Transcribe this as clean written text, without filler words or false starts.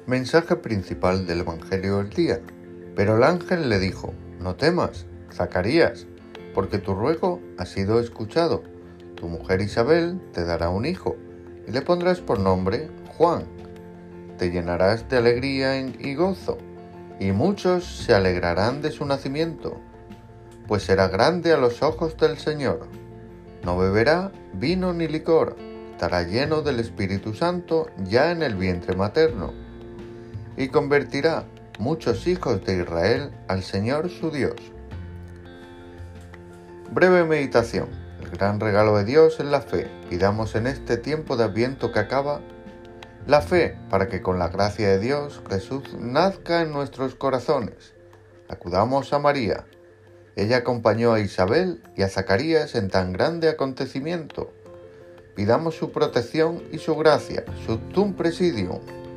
Mensaje principal del Evangelio del día. Pero el ángel le dijo: no temas, Zacarías, porque tu ruego ha sido escuchado. Tu mujer Isabel te dará un hijo, y le pondrás por nombre Juan. Te llenarás de alegría y gozo, y muchos se alegrarán de su nacimiento, pues será grande a los ojos del Señor. No beberá vino ni licor, estará lleno del Espíritu Santo ya en el vientre materno, y convertirá muchos hijos de Israel al Señor su Dios. Breve meditación. El gran regalo de Dios es la fe. Pidamos en este tiempo de Adviento que acaba la fe para que con la gracia de Dios Jesús nazca en nuestros corazones. Acudamos a María. Ella acompañó a Isabel y a Zacarías en tan grande acontecimiento. Pidamos su protección y su gracia, Subtum Presidium.